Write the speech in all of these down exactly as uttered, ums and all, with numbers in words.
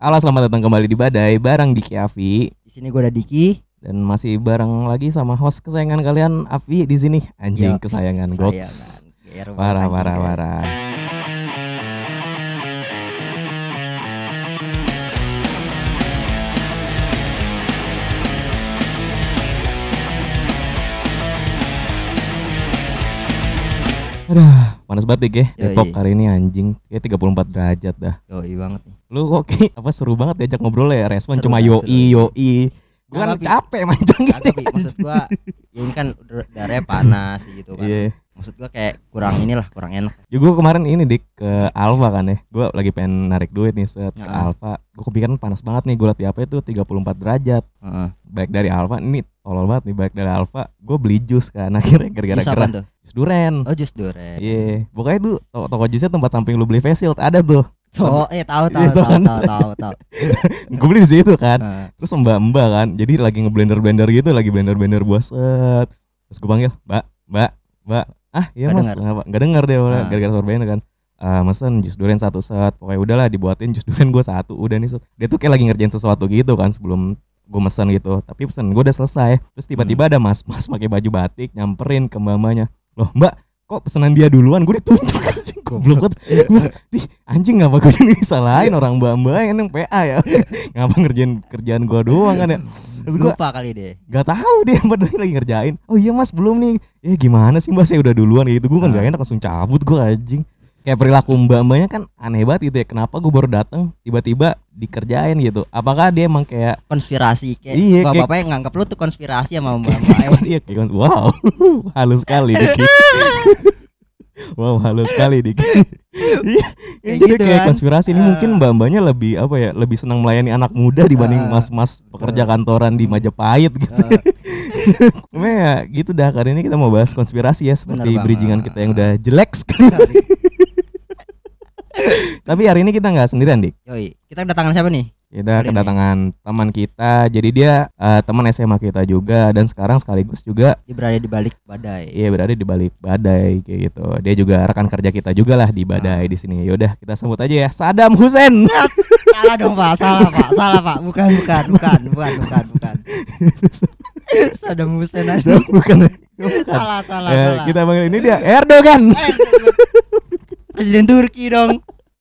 Halo, selamat datang kembali di Badai bareng Diki Avi. Di sini gue ada Diki Dan masih bareng lagi sama host kesayangan kalian, Avi di sini. Anjing Yo, kesayangan Goks. kesayangan. Parah, Anjing, parah, ya. parah. Aduh, panas banget Dik ya. Yoi. Depok hari ini anjing, kayak tiga puluh empat derajat dah. Yoi banget nih. Lu oke, apa seru banget diajak ngobrol ya, respon Seru cuma banget, yoi seru. yoi. Gue Nah, kan tapi- capek manjang Kagak, Pi. Maksud gua ya ini kan udah- udaranya panas gitu kan. Iya. Maksud gua kayak kurang inilah, kurang enak. Ya gue kemarin ini Dik ke Alfa kan ya. Gue lagi pengen narik duit nih set ke Heeh. Alfa. Gue kepikiran panas banget nih, gue liat di H P itu tiga puluh empat derajat. Heeh. Baik dari Alfa, ini tolol banget nih, baik dari Alfa. Gue beli jus kan akhirnya gara-gara Jus gerah. apaan tuh? Jus duren. Oh, jus duren. Iya, pokoknya tuh to- toko jusnya tempat samping lu beli face shield ada tuh. Oh, eh tahu tahu Itu tahu kan. tahu tahu tahu. Gue beli di situ kan. Heeh. Terus mbak-mbak kan, jadi lagi ngeblender-blender gitu, lagi blender-blender buah set. Terus gue panggil, "Mbak, Mbak, Mbak." Ah, iya Nggak Mas, denger. kenapa? Enggak dengar dia Ah. gara-gara suara band kan. Ah, mesen jus durian satu set. Pokoknya udahlah dibuatin jus durian gue satu, udah nih set. Dia tuh kayak lagi ngerjain sesuatu gitu kan sebelum gue mesen gitu. Tapi pesen gue udah selesai. Terus tiba-tiba ada Mas, Mas pakai baju batik nyamperin ke mbak-mbaknya. "Loh, Mbak, kok pesanan dia duluan?" Gue ditunjuk anjing, goblok banget. Gua, "Di, anjing ngapa gue jadi disalahin orang mbak-mbak yang P A ya?" Ngapa ngerjain kerjaan gue doang kan ya? Terus gue Lupa kali deh. gak tahu dia padahal lagi ngerjain. "Oh iya Mas, belum nih." "Ya gimana sih Mbak, saya udah duluan." Gitu. Gue kan Ah. gak enak, langsung cabut gue anjing. Kayak perilaku mbak-mbaknya kan aneh banget gitu ya. Kenapa gue baru datang tiba-tiba dikerjain gitu? Apakah dia emang kayak Konspirasi kayak Iya, kayak- bapak-bapak yang nganggap lu tuh konspirasi sama mbak-mbak. Iya, kayak gitu. Wow, halus sekali Diki. Wow, halus sekali Diki. Iya, Kayak jadi gitu kayak kan. konspirasi ini Ah. mungkin mbak-mbaknya lebih apa ya? Lebih senang melayani anak muda dibanding Ah. mas-mas pekerja kantoran di Majapahit gitu. Eh, Cuma ya gitu dah, kali ini kita mau bahas konspirasi ya, seperti Bener bridgingan banget. kita yang udah jelek sekali. Tapi hari ini kita nggak sendirian Dik. Yoi, kita kedatangan siapa nih? Kita Hari ini. kedatangan teman kita. Jadi dia eh, teman S M A kita juga, dan sekarang sekaligus juga Dia berada di balik badai. iya berada di balik Badai kayak gitu. Dia juga rekan kerja kita juga lah di Badai Ah. di sini. Yaudah kita sebut aja ya, Saddam Hussein. Salah dong Pak, salah Pak, salah Pak, bukan bukan bukan bukan bukan bukan. Saddam Hussein aja. Bukan. Salah salah Eh, salah. kita panggil ini dia Erdogan. Eh, Presiden Turki dong.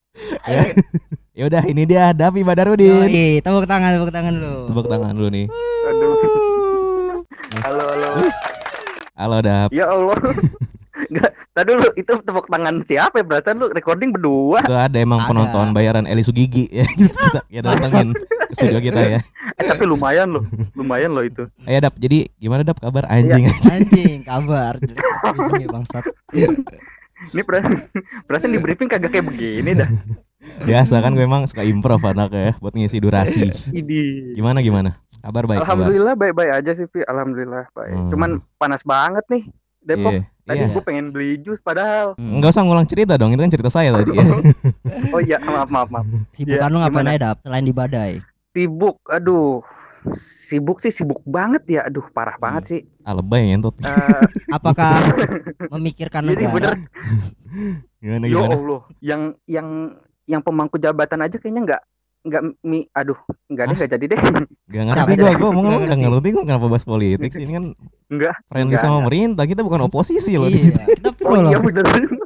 Ya udah, ini dia Davi Badarudin. Yoi, tepuk tangan tepuk tangan lu. Tepuk tangan dulu nih. Aduh. Halo, halo. Halo Dap. Ya Allah. Enggak, tadi dulu itu tepuk tangan siapa ya? Berarti lu recording berdua. Itu ada emang Ada. penonton bayaran Eli Sugigi ya. Kita ya datengin ke studio kita ya. Eh tapi lumayan loh. Lumayan loh itu. Ayo Dap, jadi gimana Dap kabar anjing? Anjing, kabar jelek banget bangsat. Ini perasaan, perasaan di briefing kagak kayak begini dah. Biasa kan gue emang suka improv anak ya buat ngisi durasi. Ini. Gimana gimana? Kabar baik kabar. Alhamdulillah baik-baik aja sih, Pi. Alhamdulillah baik. Hmm. Cuman panas banget nih Depok. Iya. Tadi Iya. gue pengen beli jus padahal. Hmm. Enggak usah ngulang cerita dong, itu kan cerita saya tadi ya. Oh iya, maaf maaf maaf. Sibukan Ya, lu ngapain gimana? aja Dap selain di badai? Sibuk, aduh. Sibuk sih sibuk banget ya. Aduh, parah Hmm. banget sih. Ah, lebay ngentot. Eh, Apakah memikirkan jadi negara? bener. Gimana Ya gimana? Allah, yang yang yang pemangku jabatan aja kayaknya nggak nggak mi, aduh, nggak deh, nggak jadi deh, Gak Siapa ngerti itu? gue, gue ngomong Nggak gak ngerti. ngerti gue kenapa bahas politik sih. Ini kan nggak. friendly Nggak, sama nggak. pemerintah, kita bukan oposisi loh di situ. Iya, kita pro Oh loh. iya bener.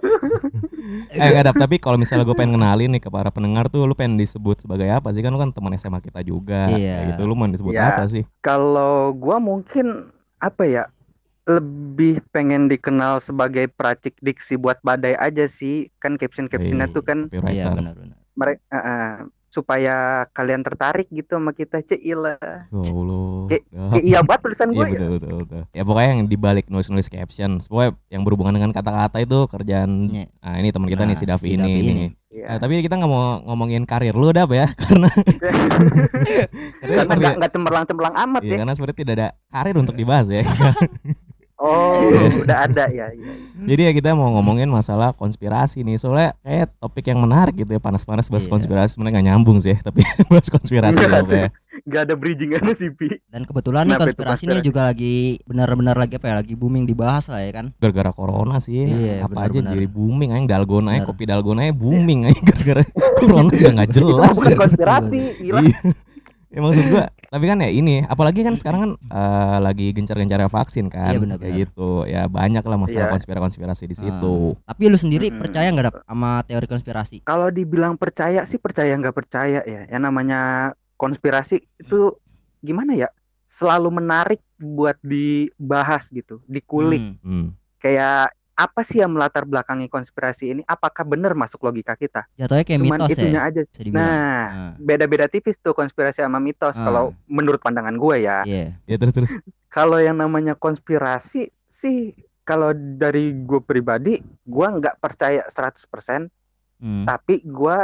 Eh nggak Dap, tapi kalau misalnya gue pengen kenalin nih ke para pendengar tuh, lu pengen disebut sebagai apa sih? Kan lu kan teman S M A kita juga. Iya. Kayak gitu, lu mau disebut Iya. apa sih? Kalau gua mungkin apa ya, lebih pengen dikenal sebagai peracik diksi buat badai aja sih, kan caption-captionnya Hey, tuh kan Iya copywriter. benar-benar. mereka supaya kalian tertarik gitu sama kita. Cila Ya Allah. Kayak- Dap. kayak iya banget tulisan Iya gue ya. betul, betul betul. Ya pokoknya yang dibalik nulis-nulis caption, pokoknya yang berhubungan dengan kata-kata itu kerjaan. Iya. Nah ini teman kita nih Nah, si Davi si ini. Davi ini. ini. Iya. Nah, tapi kita nggak mau ngomongin karir lu Dap ya, karena karena Karena seperti, nggak nggak cemerlang-cemerlang amat iya, ya. karena seperti tidak ada karir untuk dibahas ya. Oh, udah ada ya. Iya. Jadi ya kita mau ngomongin masalah konspirasi nih, soalnya kayak topik yang menarik gitu ya, panas-panas bahas Iya. konspirasi. Sebenarnya nggak nyambung sih, tapi bahas konspirasi Iya, ya pokoknya. nggak ada bridgingannya sih Pi. Dan kebetulan nih Kenapa itu konspirasi ini konspirasi? juga lagi benar-benar lagi apa ya, lagi booming dibahas lah ya kan. Gara-gara corona sih, Iya, apa aja benar-benar. jadi booming aja. Dalgona aja, Benar. kopi dalgona aja booming aja gara-gara corona udah nggak Itu jelas. bukan konspirasi, gila. Iya. Ya maksud gua, tapi kan ya ini, apalagi kan sekarang kan eh, lagi gencar-gencarnya vaksin kan, Iya, benar-benar. kayak gitu. Ya banyak lah masalah Iya. konspirasi-konspirasi di situ. Ah, tapi lu sendiri Mm-mm. percaya nggak Dap, sama teori konspirasi? Kalau dibilang percaya sih percaya nggak percaya ya. Yang namanya konspirasi itu gimana ya? Selalu menarik buat dibahas gitu, dikulik. Hmm. Hmm. Kayak apa sih yang melatar belakangi konspirasi ini? Apakah benar masuk logika kita? Jatuhnya kayak Cuman mitos itunya ya, aja. bisa dibilang. Nah, Ah, beda-beda tipis tuh konspirasi sama mitos. Ah. Kalau menurut pandangan gue ya. iya. Ya terus terus. Kalau yang namanya konspirasi sih, kalau dari gue pribadi, gue nggak percaya seratus persen. Hmm. Tapi gue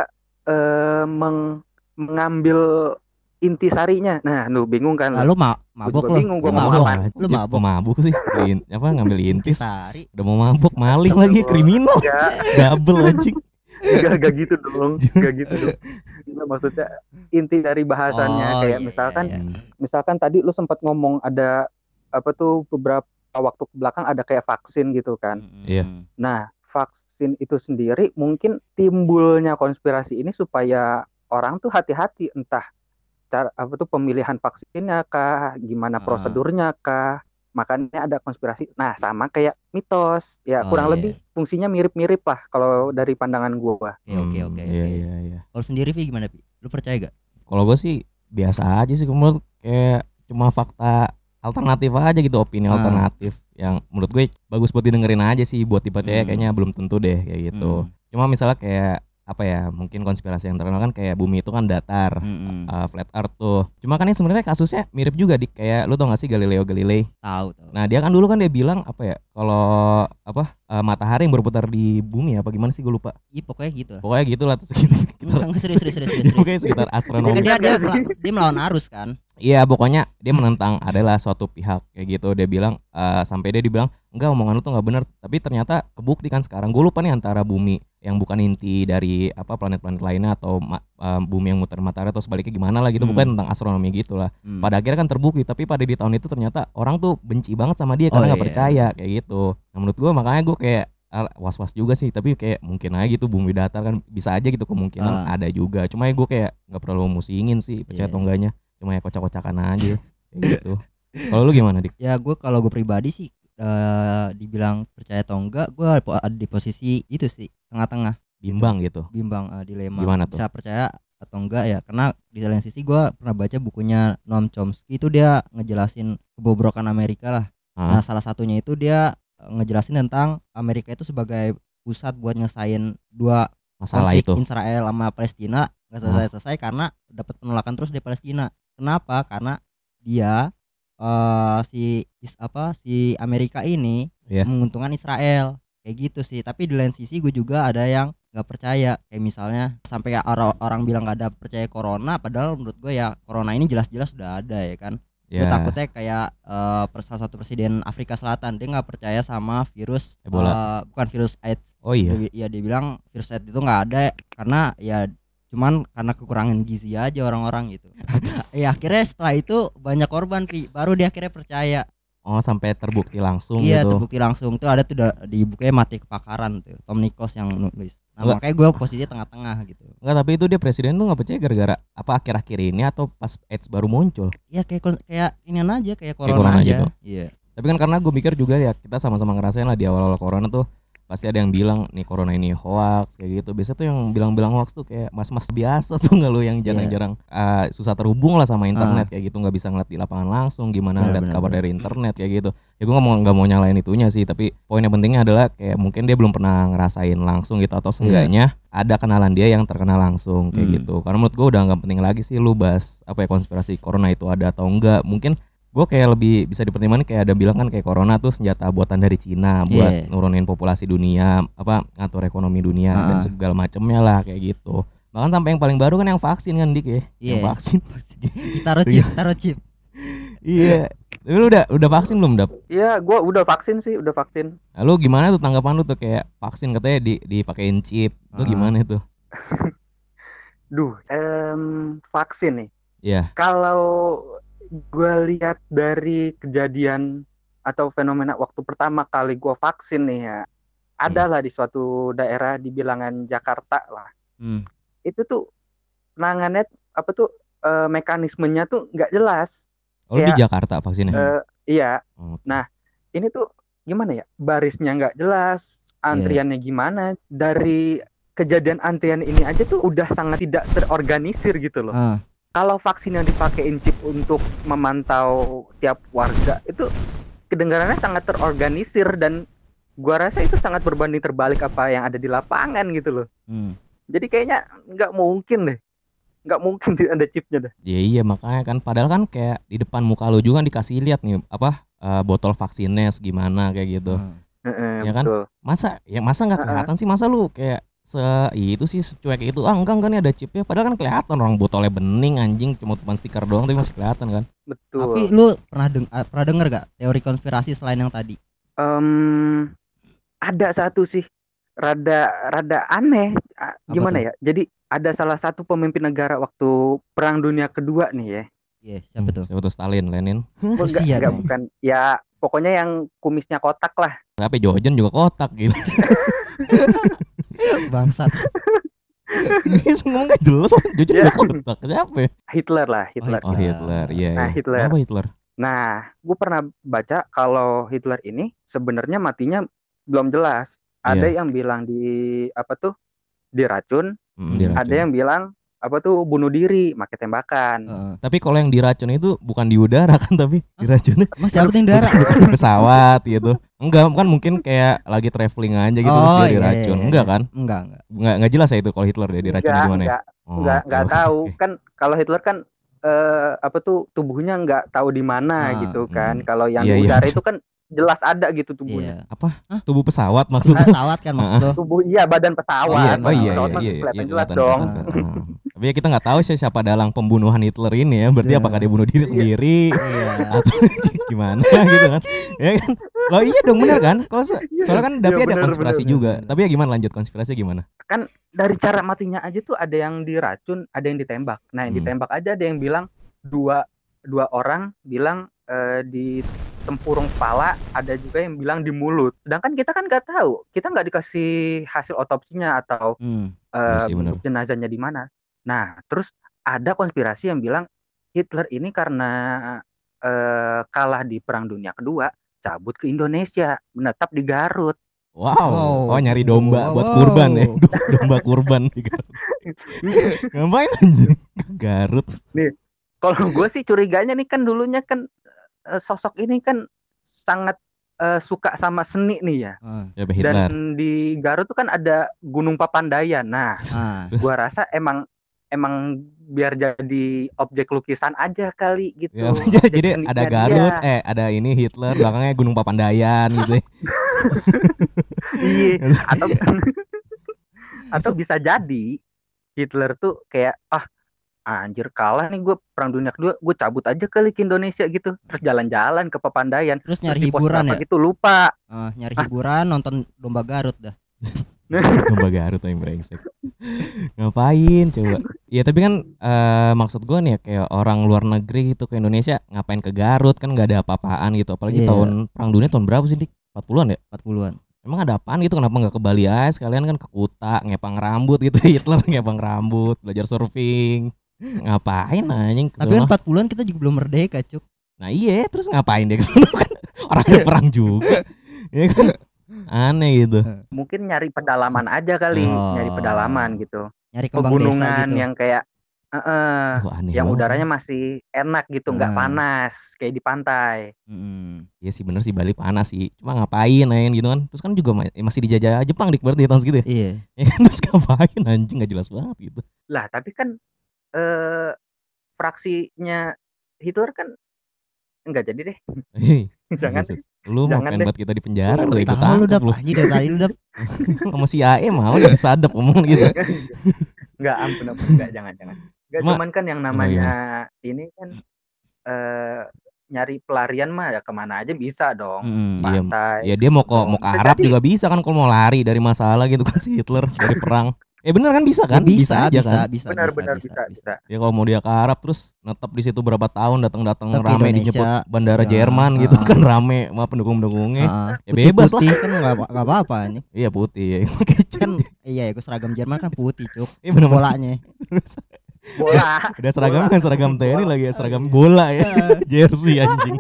eh, meng- mengambil intisarinya. Nah, lu bingung kan? Nah, lu ma mabok juga lu. bingung Lu gua mau mabok. apa. Lu Anjir, mabok. mabuk sih. In- apa ngambil intis. Intisari. Udah mau mabuk, maling lagi, kriminal. Enggak, Double anjing. enggak, enggak gitu dong. Enggak gitu dong. Nggak, maksudnya inti dari bahasannya Oh, kayak iya, misalkan iya, Hmm. misalkan tadi lu sempat ngomong ada apa tuh beberapa waktu ke belakang ada kayak vaksin gitu kan. Mm-mm. Iya. Nah, vaksin itu sendiri mungkin timbulnya konspirasi ini supaya orang tuh hati-hati, entah cara apa tuh pemilihan vaksinnya kah, gimana Ah. prosedurnya kah. Makanya ada konspirasi. Nah, sama kayak mitos. Ya, Oh, kurang iya. lebih fungsinya mirip-mirip lah kalau dari pandangan gua. Oke, oke, Hmm, oke. Iya oke. iya iya. Kalau sendiri Vi gimana Vi? Lu percaya gak? Kalau gue sih biasa aja sih, menurut kayak cuma fakta alternatif aja gitu, opini Ah. alternatif yang menurut gue bagus buat didengerin aja sih, buat dipercaya Hmm. kayaknya belum tentu deh kayak gitu. Hmm. Cuma misalnya kayak apa ya, mungkin konspirasi yang terkenal kan kayak bumi itu kan datar, Mm-mm. uh, flat earth tuh. Cuma kan ini sebenarnya kasusnya mirip juga di kayak lu tau gak sih Galileo Galilei. Tahu, tahu. Nah dia kan dulu kan dia bilang apa ya, kalau apa uh, matahari yang berputar di bumi apa gimana sih, gue lupa. Iya, pokoknya gitu lah. Pokoknya gitulah terus kita, kita Enggak, serius, serius, serius, serius, serius. pokoknya sekitar astronomi. Kan dia, dia, Enggak sih. mela- dia melawan arus kan. Iya pokoknya dia menentang adalah suatu pihak kayak gitu. Dia bilang eh, sampai dia dibilang enggak, omongan lu tuh nggak benar. Tapi ternyata kebukti kan sekarang. Gue lupa nih antara bumi yang bukan inti dari apa planet-planet lainnya atau ma- eh, bumi yang muter matahari atau sebaliknya gimana lah gitu. Hmm. Pokoknya tentang astronomi gitu lah. Hmm. Pada akhirnya kan terbukti. Tapi pada di tahun itu ternyata orang tuh benci banget sama dia Oh, karena nggak iya. percaya kayak gitu. Nah menurut gue makanya gue kayak ah, was-was juga sih, tapi kayak mungkin aja gitu bumi datar kan, bisa aja gitu kemungkinan Ah. ada juga. Cuma ya gue kayak nggak perlu musingin sih percaya Iya. atau enggaknya, cuma ya kocak-kocakan aja kayak gitu. Kalau lu gimana Dik? Ya gue kalau gue pribadi sih eh, dibilang percaya atau enggak, gue ada di posisi itu sih, tengah-tengah, Bimbang gitu. bimbang, eh, dilema. Gimana tuh? Bisa percaya atau enggak ya, karena di lain sisi gue pernah baca bukunya Noam Chomsky, itu dia ngejelasin kebobrokan Amerika lah. Ah, Nah salah satunya itu dia eh, ngejelasin tentang Amerika itu sebagai pusat buat nyesain dua masalah konflik itu. Israel sama Palestina nggak selesai-selesai karena dapat penolakan terus di Palestina. Kenapa? Karena dia eh, si is- apa si Amerika ini Iya. menguntungkan Israel kayak gitu sih. Tapi di lain sisi gue juga ada yang nggak percaya, kayak misalnya sampai orang orang bilang nggak ada percaya corona, padahal menurut gue ya corona ini jelas-jelas sudah ada ya kan. Gue Ya. takutnya kayak eh, per- salah satu presiden Afrika Selatan dia nggak percaya sama virus Ebola. eh, bukan virus AIDS. Oh iya. Dia, ya dia bilang virus AIDS itu nggak ada karena ya cuman karena kekurangan gizi aja orang-orang gitu. Ya akhirnya setelah itu banyak korban Pi, baru dia akhirnya percaya. Oh sampai terbukti langsung Iya gitu. terbukti langsung tuh ada tuh da- di bukunya Mati Kepakaran tuh Tom Nikos yang nulis. Nah Enggak. makanya gue posisinya tengah-tengah gitu. Enggak, tapi itu dia presiden tuh nggak percaya gara-gara apa akhir-akhir ini atau pas AIDS baru muncul. Ya kayak kon- kayak inian aja kayak Kayak corona, corona aja. gitu. Iya. Tapi kan karena gue mikir juga ya kita sama-sama ngerasain lah di awal-awal corona tuh pasti ada yang bilang nih corona ini hoax kayak gitu. Biasa tuh yang bilang-bilang hoax tuh kayak mas-mas biasa tuh nggak lu yang jarang-jarang uh, susah terhubung lah sama internet kayak gitu, nggak bisa ngeliat di lapangan langsung gimana Benar, ngeliat benar, kabar benar. dari internet kayak gitu. Ya gue nggak mau nggak mau nyalain itunya sih, tapi poin yang pentingnya adalah kayak mungkin dia belum pernah ngerasain langsung gitu atau seenggaknya ada kenalan dia yang terkena langsung kayak Hmm. gitu. Karena menurut gue udah nggak penting lagi sih lu bahas apa ya konspirasi corona itu ada atau enggak. Mungkin gue kayak lebih bisa dipertimbangkan kayak ada bilang kan kayak corona tuh senjata buatan dari Cina buat Iya. nurunin populasi dunia, apa ngatur ekonomi dunia dan Ah. segala macamnya lah kayak gitu. Bahkan sampai yang paling baru kan yang vaksin kan Dik ya. Yang Iya. vaksin. Taruh chip, taruh chip. Iya. Tapi lu udah udah vaksin belum, Dap? Iya, gua udah vaksin sih, udah vaksin. Lalu gimana tuh tanggapan lu tuh kayak vaksin katanya di dipakein chip. Itu Ah. gimana tuh? Duh, em, vaksin nih. Iya. Kalau gue lihat dari kejadian atau fenomena waktu pertama kali gue vaksin nih ya, ada lah di suatu daerah di bilangan Jakarta lah. Hmm. Itu tuh penanganannya apa tuh eh, mekanismenya tuh nggak jelas. Oh, di Kayak Jakarta vaksinnya. eh, iya. Oke. Nah, ini tuh gimana ya? Barisnya nggak jelas, antriannya gimana? Dari kejadian antrian ini aja tuh udah sangat tidak terorganisir gitu loh. Ah. Kalau vaksin yang dipakein chip untuk memantau tiap warga itu kedengarannya sangat terorganisir dan gua rasa itu sangat berbanding terbalik apa yang ada di lapangan gitu loh. Hmm. Jadi kayaknya nggak mungkin deh, nggak mungkin ada chipnya deh. Ya iya makanya kan padahal kan kayak di depan muka lu juga kan dikasih lihat nih apa eh, botol vaksinnya segimana kayak gitu. Hmm. Heeh, Ya kan? betul. Masa ya masa nggak kelihatan sih, masa lu kayak se itu sih secuek itu, ah enggak enggak nih ada chipnya, padahal kan kelihatan orang botolnya bening anjing, cuma depan stiker doang tapi masih kelihatan kan. Betul. Tapi lu pernah deng ah, pernah denger gak teori konspirasi selain yang tadi? Em, ada satu sih rada rada aneh. Ah, Apa gimana tuh? ya? Jadi ada salah satu pemimpin negara waktu Perang Dunia Kedua nih ya. Iya, siapa Hmm, tuh? siapa tuh Stalin, Lenin. Oh, enggak, Rusia enggak dong. bukan. Ya pokoknya yang kumisnya kotak lah. Tapi Jojen juga kotak gitu. Bangsat. Ini ngomong gak jelas, Jojen Ya. juga kotak. Siapa ya? Hitler lah, Hitler. Oh Hitler, iya. Nah, iya. Hitler. Kenapa Hitler? Nah, gue pernah baca kalau Hitler ini sebenarnya matinya belum jelas. Ada Iya. yang bilang di apa tuh diracun, Hmm, diracun. ada yang bilang apa tuh bunuh diri, pakai tembakan. Heeh. Tapi kalau yang diracun itu bukan di udara kan, tapi diracunnya Mas siapa tuh yang darah? bukan di pesawat gitu. Enggak, kan mungkin kayak lagi traveling aja gitu terus Oh, dia iya, diracun. iya, Enggak iya. kan? Enggak, enggak. Enggak enggak jelas ya itu kalau Hitler dia diracunnya Enggak, gimana ya? enggak, Oh, enggak, oke, enggak oke, tahu. oke. Kan kalau Hitler kan eh, apa tuh tubuhnya enggak tahu di mana Ah, gitu kan. hmm. Kalau yang Iya, di iya. udara itu kan jelas ada gitu tubuhnya. Iya. Apa? Hah? Tubuh pesawat Nah, maksudnya? pesawat kan maksud lo. Tubuh iya badan Oh iya, pesawat. oh iya, Pesawat iya, mah iya, kelihatan iya, jelas kelihatan, dong. kelihatan. Oh. Tapi ya kita nggak tahu sih siapa dalang pembunuhan Hitler ini ya. Berarti Iya. apakah dia bunuh diri Iya. sendiri Iya. atau gimana gitu kan? Ya kan? Loh iya dong bener kan? Kalau so- soalnya kan tapi Iya, ada bener, konspirasi bener, juga. bener. Tapi ya gimana lanjut konspirasi gimana? Kan dari cara matinya aja tuh ada yang diracun, ada yang ditembak. Nah, yang Hmm. ditembak aja ada yang bilang dua dua orang bilang eh, di tempurung kepala, ada juga yang bilang di mulut. Sedangkan kita kan nggak tahu, kita nggak dikasih hasil otopsinya atau Hmm. Iya eh, sih, bener. bentuk jenazahnya di mana. Nah, terus ada konspirasi yang bilang Hitler ini karena eh, kalah di Perang Dunia Kedua, cabut ke Indonesia, menetap di Garut. Wow. Wow. Oh nyari domba Wow. buat kurban ya. Domba kurban di Garut. Ngapain anjing ke Garut? Kalau gue sih curiganya nih kan dulunya kan eh, sosok ini kan sangat eh, suka sama seni nih ya. Ah. Siapa Hitler? Dan di Garut tuh kan ada Gunung Papandayan. Nah, Ah. gua rasa emang emang biar jadi objek lukisan aja kali gitu. Ya, Objek jadi seninya ada dia. Garut, eh ada ini Hitler, belakangnya Gunung Papandayan gitu. ya. Iya. Atau atau bisa jadi Hitler tuh kayak ah anjir kalah nih gue Perang Dunia Kedua, gue cabut aja kali ke Indonesia gitu, terus jalan-jalan ke Papandayan, Terus terus nyari di pos hiburan berapa ya? gitu lupa. Ah, nyari hiburan nonton domba Garut dah. Domba Garut yang brengsek. Ngapain coba? Ya tapi kan eh, maksud gue nih ya, kayak orang luar negeri gitu ke Indonesia ngapain ke Garut, kan nggak ada apa-apaan gitu. Apalagi Iya. tahun Perang Dunia tahun berapa sih Dik? empat puluhan ya? empat puluhan. Emang ada apaan gitu, kenapa nggak ke Bali aja sekalian, kan ke Kuta ngepang rambut gitu. Hitler ngepang rambut, belajar surfing. Ngapain anjing ke Tapi kan sono? empat puluhan kita juga belum merdeka, Cuk. Nah iya, terus ngapain dia ke sono kan? Orangnya perang juga. Ya kan? Aneh gitu. Mungkin nyari pedalaman aja kali, Oh. nyari pedalaman gitu. Nyari kembang desa Pegunungan gitu. yang kayak eh, eh, Wah, aneh yang banget. udaranya masih enak gitu, nggak Ah. panas kayak di pantai. Mm-mm. Iya sih bener sih, Bali panas sih. Cuma ngapain main gitu kan? Terus kan juga ma- masih dijajah Jepang Dik berarti tahun segitu ya? Iya. Ya kan, terus ngapain anjing, nggak jelas banget gitu. Lah, tapi kan eh fraksinya Hitler kan enggak jadi deh. Hei, Jangan. lu mau Jangan pengen deh. buat kita di penjara lu Tahu ikut Tahu lu tangkap dap lu. anjing dari tadi lu dap. Sama C I A mau udah disadap ngomong gitu. Enggak, ampun ampun, enggak, jangan jangan. Enggak, Cuma- cuman kan yang namanya ini kan eh nyari pelarian mah ya kemana aja bisa dong. Mm-mm. Iya, Pantai. ya dia mau ke mau ke Bisa Arab jadi. juga bisa kan kalau mau lari dari masalah gitu kan si Hitler dari perang. Eh bener kan bisa kan? Ya bisa, aja bisa, kan? bisa, Benar bisa, benar bisa, bisa bisa. Ya kalau mau dia ke Arab terus netep di situ berapa tahun datang-datang Atau ke rame Indonesia, dijemput bandara ya, Jerman gitu heeh. kan rame sama pendukung-pendukungnya. Heeh. Ya bebas lah. Putih-putih kan nggak nggak apa-apa nih. Iya putih ya. Pakai Kan iya ya, seragam Jerman kan putih, Cuk. Iya bener-bener. Bolanya. Bola. Udah seragam Bola. kan seragam T N I Bola. lagi ya seragam bola ya. Heeh. Jersey anjing.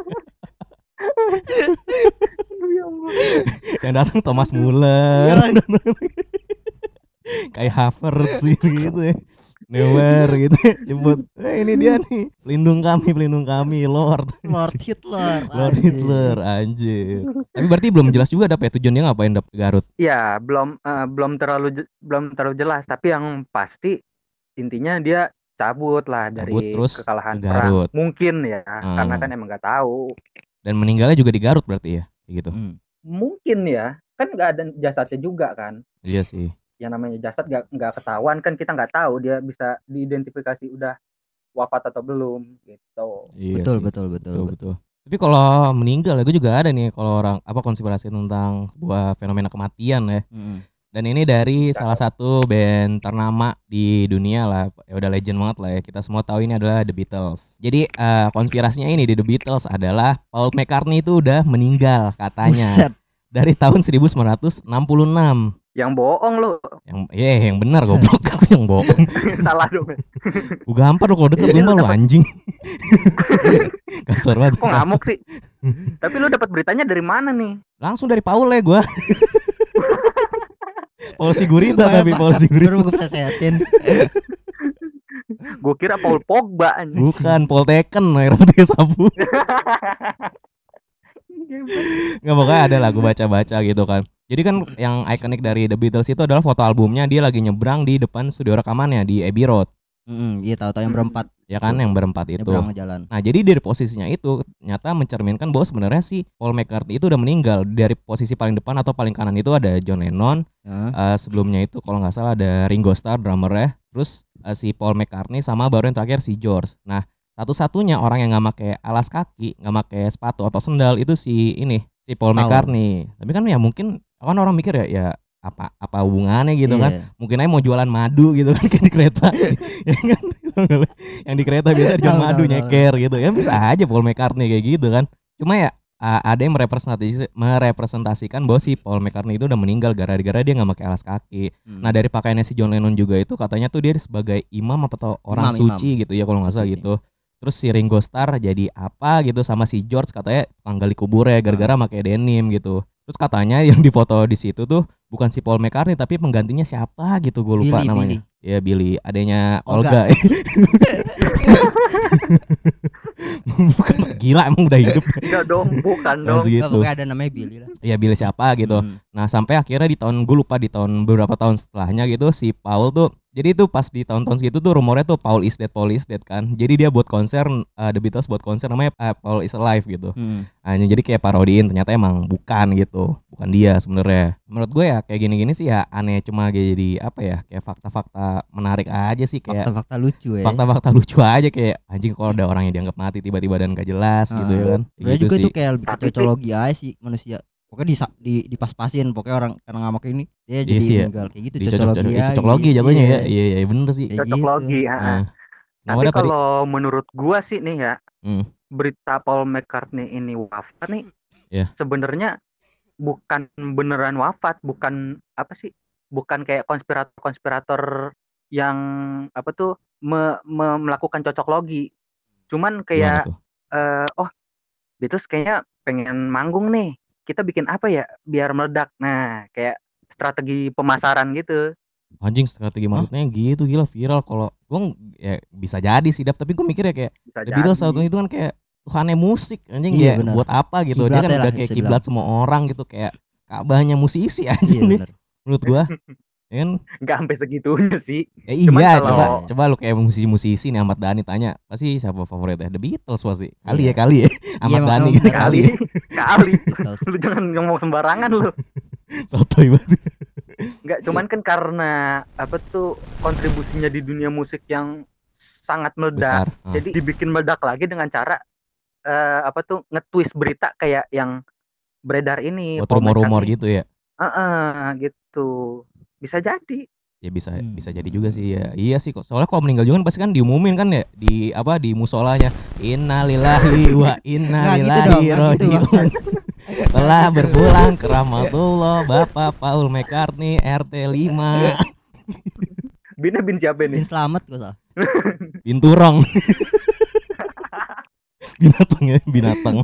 Aduh, ya Allah. Yang datang Thomas Muller. Iya. Kayak Havertz gitu ya. Neuer gitu jemput. Eh ini dia nih, pelindung kami, pelindung kami, Lord. Lord Hitler. Lord anjing. Hitler anjir. Tapi berarti belum jelas juga dap ya tujuan dia ngapain dap ke Garut. Ya, belum eh, belum terlalu je- belum terlalu jelas, tapi yang pasti intinya dia cabut lah Cabut dari terus kekalahan ke perang. Garut. Mungkin ya, Hmm. karena kan emang nggak tahu. Dan meninggalnya juga di Garut berarti ya, kayak gitu. Hmm. Mungkin ya, kan nggak ada jasadnya juga kan. Iya sih. Yang namanya jasad nggak nggak ketahuan kan, kita nggak tahu dia bisa diidentifikasi udah wafat atau belum gitu. Iya Betul, sih. betul, betul, betul, betul. Tapi kalau meninggal ya gue juga ada nih kalau orang apa konspirasi tentang sebuah fenomena kematian ya. Mm-mm. Dan ini dari salah satu band ternama di dunia lah, ya udah legend banget lah ya. Kita semua tahu ini adalah The Beatles. Jadi eh, konspirasinya ini di The Beatles adalah Paul McCartney itu udah meninggal katanya Buset. dari tahun seribu sembilan ratus enam puluh enam. Yang bohong lo, Yang iya yang benar goblok, aku yang bohong. salah dong. Gue gampar lo kalau deket sumpah lo anjing. Kasar banget. Kok ngamuk sih? Tapi lu dapat beritanya dari mana nih? Langsung dari Paul ya gue. Paul Sigurita tapi Paul Sigurita. Baru gue sesetin. Gue kira Paul Pogba anjing. Bukan Paul Taken, air putih sabu. Nggak pokoknya ada lah gue baca-baca gitu kan. Jadi kan yang ikonik dari The Beatles itu adalah foto albumnya dia lagi nyebrang di depan studio rekamannya di Abbey Road. Mm-mm, iya tahu-tahu yang berempat. Ya kan yang berempat itu. Nyebrang jalan. Nah jadi dari posisinya itu nyata mencerminkan bahwa sebenarnya si Paul McCartney itu udah meninggal. Dari posisi paling depan atau paling kanan itu ada John Lennon. Heeh. Uh, sebelumnya itu kalau nggak salah ada Ringo Starr drummernya. Terus uh, si Paul McCartney sama baru yang terakhir si George. Nah satu-satunya orang yang nggak pakai alas kaki, nggak pakai sepatu atau sendal itu si ini si Paul Paul. McCartney. Tapi kan ya mungkin kan orang mikir ya ya apa apa hubungannya gitu Iya. kan. Mungkin aja mau jualan madu gitu kan kayak di kereta. Ya kan? Yang di kereta biasa jual Tahu, madu tahu, tahu. nyeker gitu ya bisa aja Paul McCartney kayak gitu kan. Cuma ya uh, ada yang merepresentasi, merepresentasikan bahwa si Paul McCartney itu udah meninggal gara-gara dia nggak pakai alas kaki. Hmm. Nah dari pakaiannya si John Lennon juga itu katanya tuh dia sebagai imam atau orang Imam, suci gitu ya kalau nggak salah Suci. gitu. Terus si Ringo Starr jadi apa gitu sama si George katanya tanggal di kuburnya gara-gara pakai denim gitu. Terus katanya yang difoto di situ tuh bukan si Paul McCartney tapi penggantinya siapa gitu gue lupa Billy, namanya. Ya Billy, adanya Olga. Olga. Bukan gila emang udah hidup. Enggak dong, bukan dong. Langsung Nggak, gitu. pokoknya ada namanya Billy lah. Ya Billy siapa gitu. Hmm. Nah sampai akhirnya di tahun gue lupa di tahun beberapa tahun setelahnya gitu si Paul tuh jadi itu pas di tahun-tahun segitu tuh rumornya tuh Paul is dead, Paul is dead kan. Jadi dia buat konser uh, The Beatles buat konser namanya uh, Paul is alive gitu. Hmm. Hanya jadi kayak parodiin ternyata emang bukan gitu. Bukan dia sebenarnya. Menurut gue ya kayak gini-gini sih ya aneh cuma jadi apa ya kayak fakta-fakta menarik aja sih kayak Fakta-fakta lucu ya. fakta-fakta lucu aja kayak anjing kalau ada orang yang dianggap mati tiba-tiba dan gak jelas gitu ya kan. Kayak Sebenarnya gitu juga sih. itu kayak lebih ke Tapi sih- cocologi aja sih manusia. Pokoknya di di dipas-pasin pokoknya orang karena ngamuk ini dia Iya jadi sih ya. meninggal kayak gitu Di cocok cocologi cocok, aja. cocok logi jatuhnya ya. Iya iya bener sih. Kayak Cocok gitu. logi. ha. Nah, Tapi apa tadi? kalau menurut gua sih nih ya, Hmm. berita Paul McCartney ini wafat nih, Ya. sebenarnya bukan beneran wafat, bukan apa sih, bukan kayak konspirator-konspirator yang apa tuh me- me- melakukan cocok logi. Cuman Gimana kayak tuh? eh, oh Beatles kayaknya pengen manggung nih, kita bikin apa ya biar meledak. Nah kayak strategi pemasaran gitu. Anjing strategi marketingnya gitu gila viral kalau gue ya bisa jadi sih Dap tapi gue mikir ya kayak Bisa The Beatles jadi. satu itu kan kayak Tuhannya musik anjing Iya, ya benar. buat apa gitu dia kan Kiblatnya lah, udah kayak bisa kiblat semua orang gitu kayak Ka'bahnya musisi Iya anjing nih benar. menurut gua ya kan Nggak sampai segitunya sih. ya Cuman iya kalau- coba coba lu kayak musisi-musisi nih Ahmad Dhani tanya pasti siapa favoritnya The Beatles pasti kali Iya. ya kali ya Ahmad emang- Dhani emang gitu bener. kali Kali, ya kali. Beatles. Lu jangan ngomong sembarangan lu. sotoy banget Nggak, cuman kan karena apa tuh kontribusinya di dunia musik yang sangat meledak. besar Ah. Jadi dibikin meledak lagi dengan cara eh, apa tuh nge-twist berita kayak yang beredar ini. buat Paul rumor-rumor McCartney. gitu ya Heeh, gitu. Bisa jadi. Ya bisa Hmm. bisa jadi juga sih ya. Iya sih kok. Soalnya kalau meninggal juga kan pasti kan diumumin kan ya di apa di musolanya. Innalillahi wa inna Nggak gitu ilaihi dong, nggak gitu, raji'un. bangsat. Telah berpulang ke rahmatullah Bapak Paul McCartney R T lima. Binnya bin siapa Bin nih? Slamet gue salah. Binturong. Binatang ya, binatang.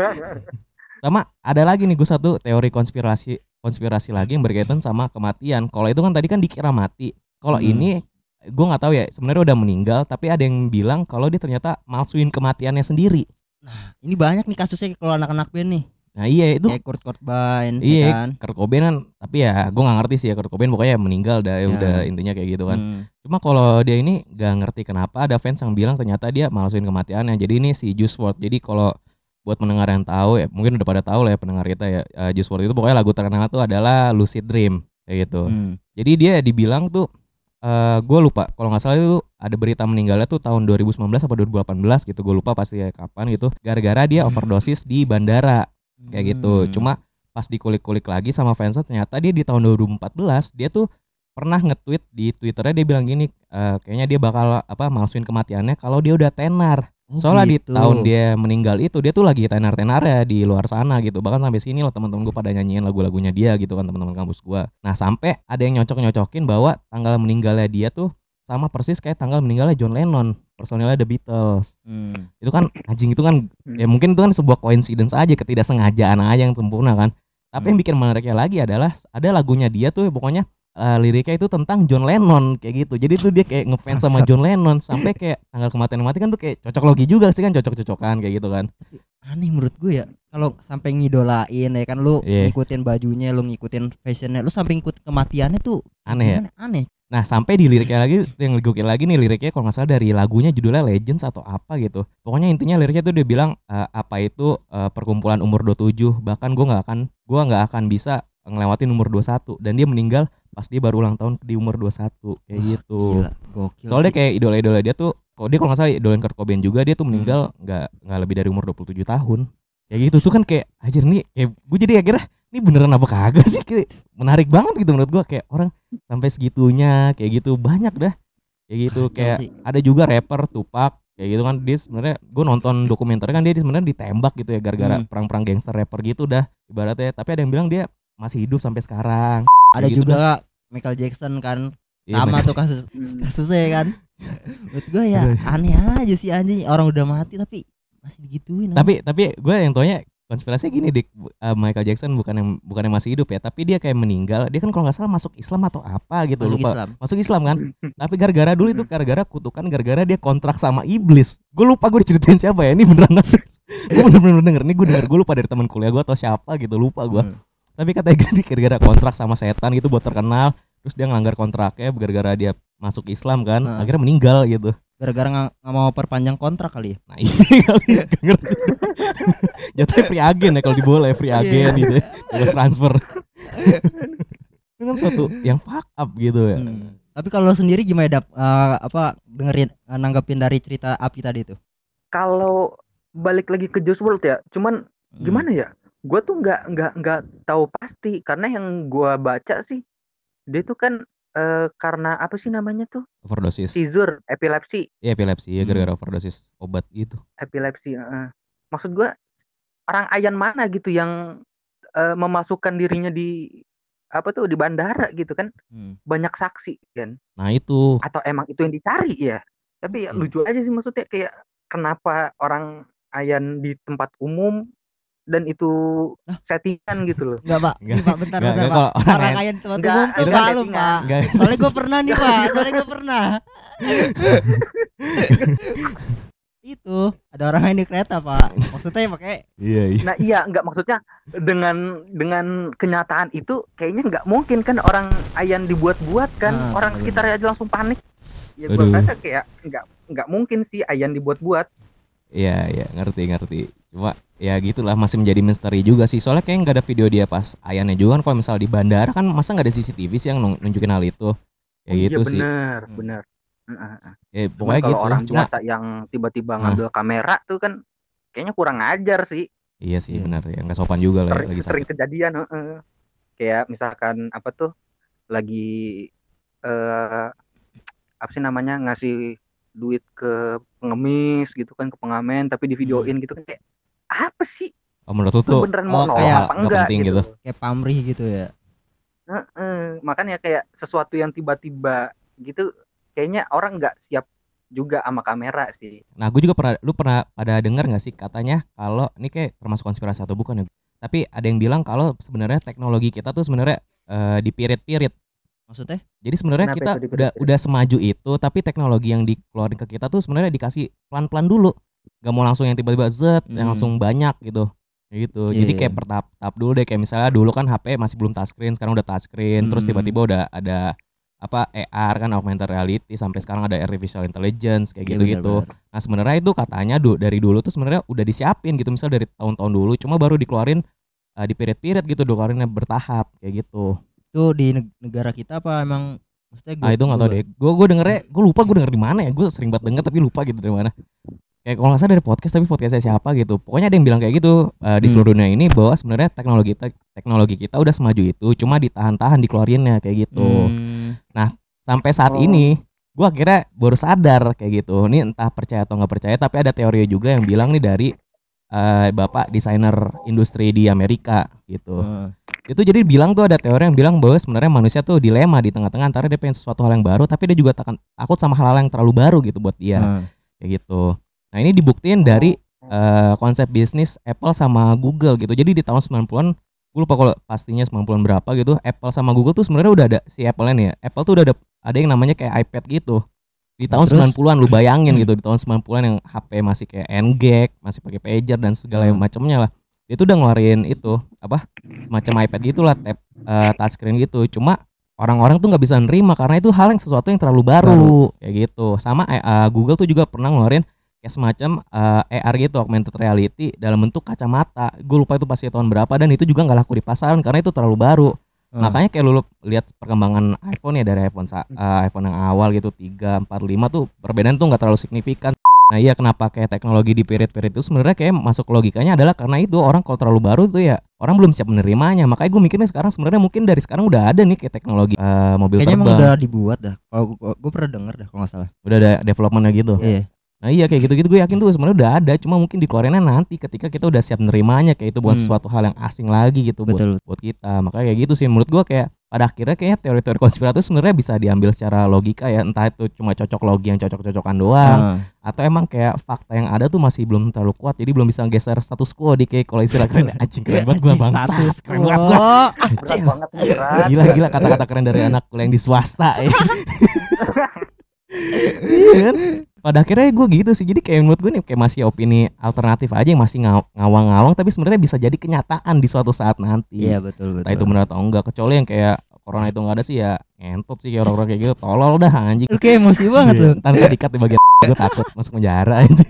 Sama ada lagi nih gue satu teori konspirasi konspirasi lagi yang berkaitan sama kematian. Kalau itu kan tadi kan dikira mati. Kalau Hmm. ini gue nggak tahu ya sebenarnya udah meninggal tapi ada yang bilang kalau dia ternyata malsuin kematiannya sendiri. Nah, ini banyak nih kasusnya kalau anak-anak band nih. Nah iya itu Kayak Kurt Cobain, ya iya kan? Kurt Cobain kan tapi ya gue nggak ngerti sih ya Kurt Cobain pokoknya meninggal dah ya Ya. udah intinya kayak gitu kan. Hmm. Cuma kalau dia ini nggak ngerti kenapa ada fans yang bilang ternyata dia malsuin kematiannya. Jadi ini si Juice world. Jadi kalau buat pendengar yang tahu ya mungkin udah pada tahu lah ya pendengar kita ya uh, Juice world itu pokoknya lagu terkenal tuh adalah Lucid Dream kayak gitu. Hmm. Jadi dia dibilang tuh uh, gue lupa kalau nggak salah itu ada berita meninggalnya tuh tahun dua ribu sembilan belas atau dua ribu delapan belas gitu gue lupa pasti ya kapan gitu gara-gara dia overdosis di bandara kayak gitu. Hmm. Cuma pas dikulik-kulik lagi sama fansnya ternyata dia di tahun dua ribu empat belas dia tuh pernah nge-tweet di Twitternya dia bilang gini uh, kayaknya dia bakal apa malsuin kematiannya kalau dia udah tenar. Oh, Soalnya gitu. di tahun dia meninggal itu dia tuh lagi tenar-tenarnya di luar sana gitu. Bahkan sampai sini loh teman-teman gue pada nyanyiin lagu-lagunya dia gitu kan teman-teman kampus gue. Nah sampai ada yang nyocok-nyocokin bahwa tanggal meninggalnya dia tuh sama persis kayak tanggal meninggalnya John Lennon, personilnya The Beatles. Hmm. Itu kan anjing itu kan ya mungkin itu kan sebuah coincidence aja ketidaksengajaan aja yang sempurna kan. Tapi yang bikin menariknya lagi adalah ada lagunya dia tuh pokoknya Uh, liriknya itu tentang John Lennon kayak gitu. Jadi tuh dia kayak ngefans sama John Lennon sampai kayak tanggal kematian mati kan tuh kayak cocok logi juga sih kan cocok-cocokan kayak gitu kan. Aneh menurut gue ya kalau sampai ngidolain ya kan lu Iya. ngikutin bajunya, lu ngikutin fashionnya, lu sampai ngikut kematiannya tuh Aneh ya? gimana? Aneh. Nah sampai di liriknya lagi yang gokil lagi nih liriknya kalau nggak salah dari lagunya judulnya Legends atau apa gitu. Pokoknya intinya liriknya tuh dia bilang uh, apa itu uh, perkumpulan umur dua puluh tujuh bahkan gue nggak akan gue nggak akan bisa ngelewatin umur dua puluh satu dan dia meninggal pas dia baru ulang tahun di umur dua puluh satu kayak Wah, gitu. Gila, gokil. Soalnya sih. kayak idola-idola dia tuh kok dia kalau nggak salah idolain Kurt Cobain juga dia tuh meninggal nggak hmm. nggak lebih dari umur dua puluh tujuh tahun. Kayak gitu tuh kan kayak ajar nih kayak gue jadi akhirnya ini beneran apa kagak sih kayak menarik banget gitu menurut gue kayak orang sampai segitunya kayak gitu banyak dah kayak gitu Kacau kayak sih. ada juga rapper Tupac kayak gitu kan dia sebenarnya gue nonton dokumenter kan dia sebenarnya ditembak gitu ya gara-gara Hmm. perang-perang gangster rapper gitu dah ibaratnya tapi ada yang bilang dia masih hidup sampai sekarang. Ada Kayak gitu juga Michael Jackson kan Iya, sama Michael tuh kasus Hmm. kasusnya ya kan. Menurut gue ya aneh aja sih anjing orang udah mati tapi masih digituin. tapi tapi gue yang taunya konspirasinya gini dik uh, Michael Jackson bukan yang bukan yang masih hidup ya tapi dia kayak meninggal dia kan kalau nggak salah masuk Islam atau apa gitu masuk lupa Islam. masuk Islam kan tapi gara-gara dulu itu gara-gara kutukan gara-gara dia kontrak sama iblis gue lupa gue diceritain siapa ya ini beneran gue bener-bener denger ini gue denger gue lupa dari teman kuliah gue atau siapa gitu lupa gue Hmm. tapi katanya dia gara-gara kontrak sama setan gitu buat terkenal terus dia ngelanggar kontraknya gara-gara dia masuk Islam kan Hmm. akhirnya meninggal gitu. Gara-gara nggak nggak mau perpanjang kontrak kali ya. Nah iya kali gak ngerti. Jatuhnya free agent ya kalau di bola ya free agent gitu ya. Bebas transfer. Itu kan suatu yang fuck up gitu ya. Hmm. Tapi kalau lo sendiri gimana Dap? Eh, apa dengerin eh, nanggepin dari cerita Api tadi itu? Kalau balik lagi ke Juice world ya, cuman Hmm. gimana ya? Gue tuh nggak nggak nggak tahu pasti karena yang gue baca sih dia tuh kan eh, karena apa sih namanya tuh Overdosis. seizure, epilepsi, Iya epilepsi ya Hmm. gara-gara overdosis obat gitu. epilepsi. eh. Maksud gue orang ayan mana gitu yang eh, memasukkan dirinya di apa tuh di bandara gitu kan Hmm. banyak saksi kan Nah itu atau emang itu yang dicari ya? Tapi ya Iya. lucu aja sih maksudnya kayak kenapa orang ayan di tempat umum dan itu Lah? settingan gitu loh. Enggak pak, Enggak, ini pak bentar enggak, bentar enggak, pak. kalau orang Orang yang- kaya di tempat Enggak, umum tuh itu kan malu settingan. pak. enggak Soalnya gue pernah nih pak, soalnya gue pernah. Itu ada orang yang di kereta pak. Maksudnya pakai iya iya. Nah iya nggak maksudnya dengan dengan kenyataan itu kayaknya nggak mungkin kan orang ayan dibuat-buat kan Nah, orang bener. sekitarnya aja langsung panik. Ya gue Aduh. rasa kayak nggak nggak mungkin sih ayan dibuat-buat. Iya iya ngerti ngerti. Cuma ya gitulah masih menjadi misteri juga sih. Soalnya kayak nggak ada video dia pas ayannya juga kan kalau misal di bandara kan masa nggak ada C C T V sih yang nun- nunjukin hal itu. Ya Oh, gitu iya sih. bener Hmm. bener. Heeh. Ya Cuman pokoknya kalau gitu. orang Cuma biasa yang tiba-tiba Nah. ngambil kamera tuh kan kayaknya kurang ajar sih. iya sih Iya. benar ya nggak sopan juga lah ya, Sering, lagi sering sakit. kejadian heeh. Kayak misalkan apa tuh lagi eh apa sih namanya ngasih duit ke pengemis gitu kan, ke pengamen, tapi di videoin gitu kan, kayak apa sih? Oh, menurut lu Lu tuh beneran mau oh, nolong kayak apa nggak enggak penting gitu? gitu. Kayak pamrih gitu ya. Heeh, makanya kayak sesuatu yang tiba-tiba gitu, kayaknya orang nggak siap juga sama kamera sih. Nah, gue juga pernah, lu pernah pada dengar nggak sih katanya kalau ini kayak termasuk konspirasi atau bukan ya? Tapi ada yang bilang kalau sebenarnya teknologi kita tuh sebenarnya eh, dipirit-pirit. Maksudnya? Jadi sebenarnya Kenapa kita itu udah dipirit-pirit? udah semaju itu, tapi teknologi yang dikeluarin ke kita tuh sebenarnya dikasih pelan-pelan dulu. Gak mau langsung yang tiba-tiba zet, yang Hmm. langsung banyak gitu. Kayak gitu. Iya, Jadi iya. kayak bertahap-tahap dulu deh, kayak misalnya dulu kan H P masih belum touchscreen, sekarang udah touchscreen, terus Hmm. tiba-tiba udah ada apa A R kan, augmented reality, sampai sekarang ada artificial intelligence kayak Iya, gitu-gitu. benar-benar. Nah, sebenarnya itu katanya du- dari dulu tuh sebenarnya udah disiapin gitu, misal dari tahun-tahun dulu, cuma baru dikeluarin eh, dipirit-pirit gitu, dikeluarinnya bertahap kayak gitu. Itu di neg- negara kita apa emang maksudnya Ah, itu nggak tahu deh. Gue gue dengernya, gue lupa gue denger di mana ya. Gue sering banget denger tapi lupa gitu dari mana. Kayak kalau nggak salah dari podcast, tapi podcastnya siapa gitu. Pokoknya ada yang bilang kayak gitu eh, di Hmm. seluruh dunia ini bahwa sebenarnya teknologi kita, teknologi kita udah semaju itu, cuma ditahan-tahan dikeluarinnya kayak gitu. Hmm. Sampai saat Oh. ini gue akhirnya baru sadar kayak gitu. Ini entah percaya atau nggak percaya, tapi ada teori juga yang bilang nih dari eh, bapak desainer industri di Amerika gitu. Heeh. Itu jadi bilang tuh ada teori yang bilang bahwa sebenarnya manusia tuh dilema di tengah-tengah antara dia pengen sesuatu hal yang baru, tapi dia juga takut takut sama hal-hal yang terlalu baru gitu buat dia Heeh. kayak gitu. Nah, ini dibuktiin dari eh, konsep bisnis Apple sama Google gitu. Jadi di tahun sembilan puluhan, gue lupa kalau pastinya sembilan puluhan berapa gitu, Apple sama Google tuh sebenarnya udah ada, si Apple-nya nih ya, Apple tuh udah ada ada yang namanya kayak iPad gitu. Di tahun Terus? sembilan puluhan lu bayangin gitu, di tahun sembilan puluhan yang H P masih kayak N-Gag, masih pakai pager dan segala Hmm. macamnya lah. Dia tuh udah ngeluarin itu apa? Semacam iPad gitulah, tab eh, touchscreen gitu. Cuma orang-orang tuh nggak bisa nerima karena itu hal yang sesuatu yang terlalu baru, kayak gitu. Sama eh, eh, Google tuh juga pernah ngeluarin kayak semacam eh, A R gitu, augmented reality dalam bentuk kacamata. Gue lupa itu pasti tahun berapa, dan itu juga nggak laku di pasaran karena itu terlalu baru. Heeh. Makanya kayak lu lihat perkembangan iPhone ya, dari iPhone sa- eh, iPhone yang awal gitu tiga, empat, lima tuh perbedaan tuh nggak terlalu signifikan. Nah iya, kenapa kayak teknologi di period-period itu sebenarnya kayak masuk logikanya adalah karena itu orang kalau terlalu baru tuh ya orang belum siap menerimanya. Makanya gue mikirnya sekarang sebenarnya mungkin dari sekarang udah ada nih kayak teknologi eh, mobil Kayaknya emang terbang. udah dibuat dah. Kalau gue pernah denger dah kalau nggak salah. Udah ada developmentnya gitu. Iya. Nah iya kayak gitu-gitu, gue yakin tuh sebenarnya udah ada, cuma mungkin dikeluarinnya nanti ketika kita udah siap nerimanya, kayak itu bukan Hmm. sesuatu hal yang asing lagi gitu buat Betul. buat kita. Makanya kayak gitu sih menurut gue, kayak pada akhirnya kayaknya teori-teori konspirasi itu sebenarnya bisa diambil secara logika ya, entah itu cuma cocok logi yang cocok-cocokan doang, Heeh. atau emang kayak fakta yang ada tuh masih belum terlalu kuat, jadi belum bisa geser status quo di kayak kalau istilah keren. Anjing, keren banget gua, bangsa, Status keren banget gua. quo. Berat banget nih, berat. Gila gila kata-kata keren dari anak kuliah yang di swasta ya. Iya kan? Pada akhirnya gue gitu sih. Jadi kayak menurut gue nih kayak masih opini alternatif aja yang masih ngaw- ngawang-ngawang, tapi sebenarnya bisa jadi kenyataan di suatu saat nanti. Iya, betul betul. Entah itu benar atau enggak, kecuali yang kayak corona itu enggak ada sih ya ngentot sih, kayak orang-orang kayak gitu tolol dah anjing. Lu kayak emosi banget Iya, lu. ntar ntar dikat di bagian gue takut masuk penjara anjing.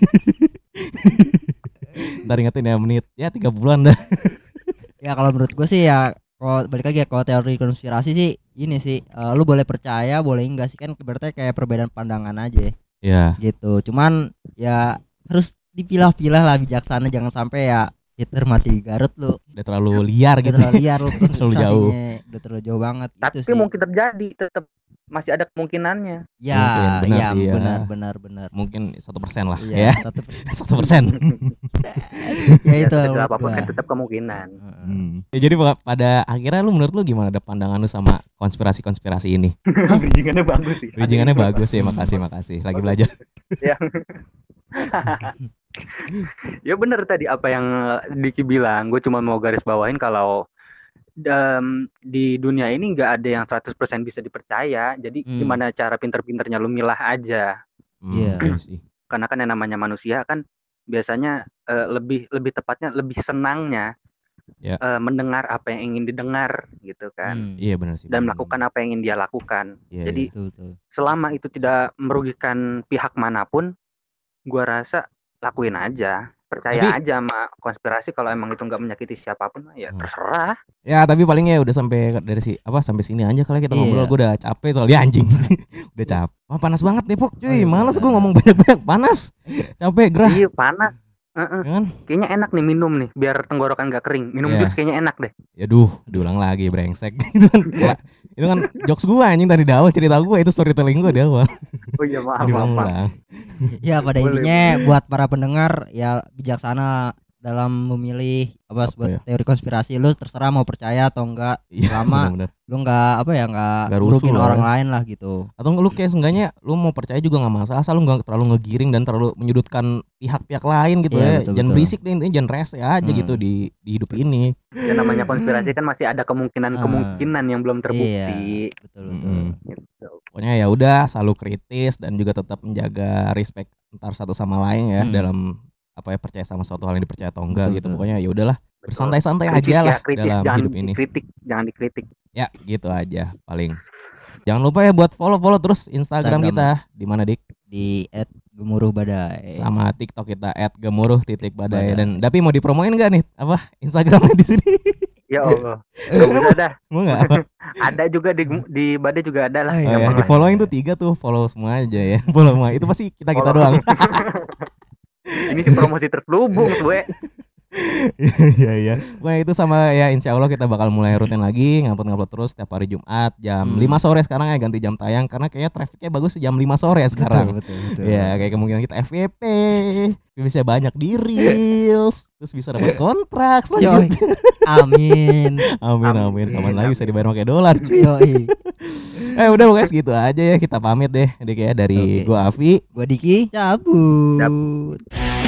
Ntar ingetin ya, menit ya tiga bulan dah. Ya kalau menurut gue sih ya, kalau balik lagi ya, kalau teori konspirasi sih ini sih, eh, lu boleh percaya boleh enggak sih, kan berarti kayak perbedaan pandangan aja Ya, gitu. Cuman ya harus dipilah-pilah lah, bijaksana, jangan sampai ya Hitler mati di Garut lu. udah terlalu liar Udah gitu. terlalu liar lu, Terlalu jauh. konspirasinya udah terlalu jauh banget Tapi gitu sih. mungkin terjadi, tetap masih ada kemungkinannya. Ya, Mungkin, benar ya sih ya. benar benar benar. Mungkin satu persen lah Iya, ya. satu persen. Satu persen. Ya itu sekecil menurut apapun gua. kan tetap kemungkinan. Heeh. Hmm. Ya, jadi pa- pada akhirnya lu menurut lu gimana, ada pandangan lu sama konspirasi-konspirasi ini? Bridgingannya bagus sih. Bridgingannya bagus ya, makasih makasih. Lagi belajar. Ya. Ya bener tadi apa yang Diki bilang. Gue cuma mau garis bawahin kalau um, di dunia ini nggak ada yang seratus persen bisa dipercaya. Jadi Hmm. gimana cara pinter-pinternya lu milah aja. Hmm, Iya. iya sih. Karena kan yang namanya manusia kan biasanya eh, lebih lebih tepatnya lebih senangnya Ya. eh, mendengar apa yang ingin didengar gitu kan. Hmm. Iya benar sih. Dan benar. melakukan apa yang ingin dia lakukan. Iya, Jadi iya. Betul, betul. selama itu tidak merugikan pihak manapun, gua rasa lakuin aja, percaya Tapi- aja sama konspirasi. Kalau emang itu nggak menyakiti siapapun, ya Hmm. terserah. Ya tapi paling ya udah sampai dari si apa sampai sini aja kali kita Iya. ngobrol. Gue udah capek soalnya anjing. Udah capek. Wah, panas banget Depok cuy. Oh, iya, Males gue benar. ngomong banyak-banyak, panas. Capek gerah. Iya panas. Heeh. Ya kan? Kayaknya enak nih minum nih, biar tenggorokan nggak kering. Minum Iya. jus kayaknya enak deh. Ya duh, diulang lagi brengsek gitu kan. Kela- Itu kan jokes gua anjing tadi di awal, cerita gua itu storytelling gua di awal. Oh iya maaf Jadi maaf. maaf. ulang. Ya pada Boleh, intinya buat para pendengar ya bijaksana dalam memilih apa, Apa buat ya? teori konspirasi. Lu terserah mau percaya atau enggak, Iya, selama benar-benar. lu enggak apa ya enggak Nggak rusuh ngerugiin lah orang ya. lain lah gitu. Atau lu kayak seenggaknya lu mau percaya juga nggak masalah, asal lu nggak terlalu ngegiring dan terlalu menyudutkan pihak-pihak lain gitu Iya, ya. betul, Jangan betul. berisik deh, intinya jangan rese aja Hmm. gitu di di hidup ini. Ya namanya konspirasi kan masih ada kemungkinan-kemungkinan yang belum terbukti. Iya, betul betul. Mm-mm. Gitu. Pokoknya ya udah selalu kritis dan juga tetap menjaga respect antar satu sama lain ya Hmm. dalam apa ya, percaya sama suatu hal yang dipercaya atau enggak Betul, gitu. betul. Pokoknya ya udahlah, Betul. bersantai-santai Kritis aja ya, lah kritis, dalam jangan hidup ini. dikritik, jangan dikritik. Ya, gitu aja paling. Jangan lupa ya buat follow-follow terus Instagram, Instagram. kita di mana Dik? Di et gemuruh badai. Sama TikTok kita et gemuruh titik badai. Badai. Dan tapi mau dipromoin enggak nih apa Instagramnya di sini? Ya Allah. Gak usah dah. Mau enggak? Ada juga di di Badai juga ada lah. Oh, Oh, iya, ya, Gampang di lah. following tuh tiga tuh, follow semua aja ya. Follow semua. Itu pasti kita-kita Follow. doang. Ini sih promosi terselubung gue. Iya iya. Wah itu sama ya, insya Allah kita bakal mulai rutin lagi ngupload-ngupload terus setiap hari Jumat jam Hmm. lima sore sekarang ya, ganti jam tayang karena kayaknya trafficnya bagus jam lima sore ya sekarang. Betul, betul, betul. Ya kayak kemungkinan kita F Y P bisa banyak di Reels, terus bisa dapat kontrak Yoi. selanjutnya. Amin. Amin amin. Amin, Kapan lagi bisa amin. dibayar pakai dolar cuy. Yoi. Eh udah guys gitu aja ya, kita pamit deh Dik ya, dari Oke. gua Avi. Gua Diki cabut. Cabut.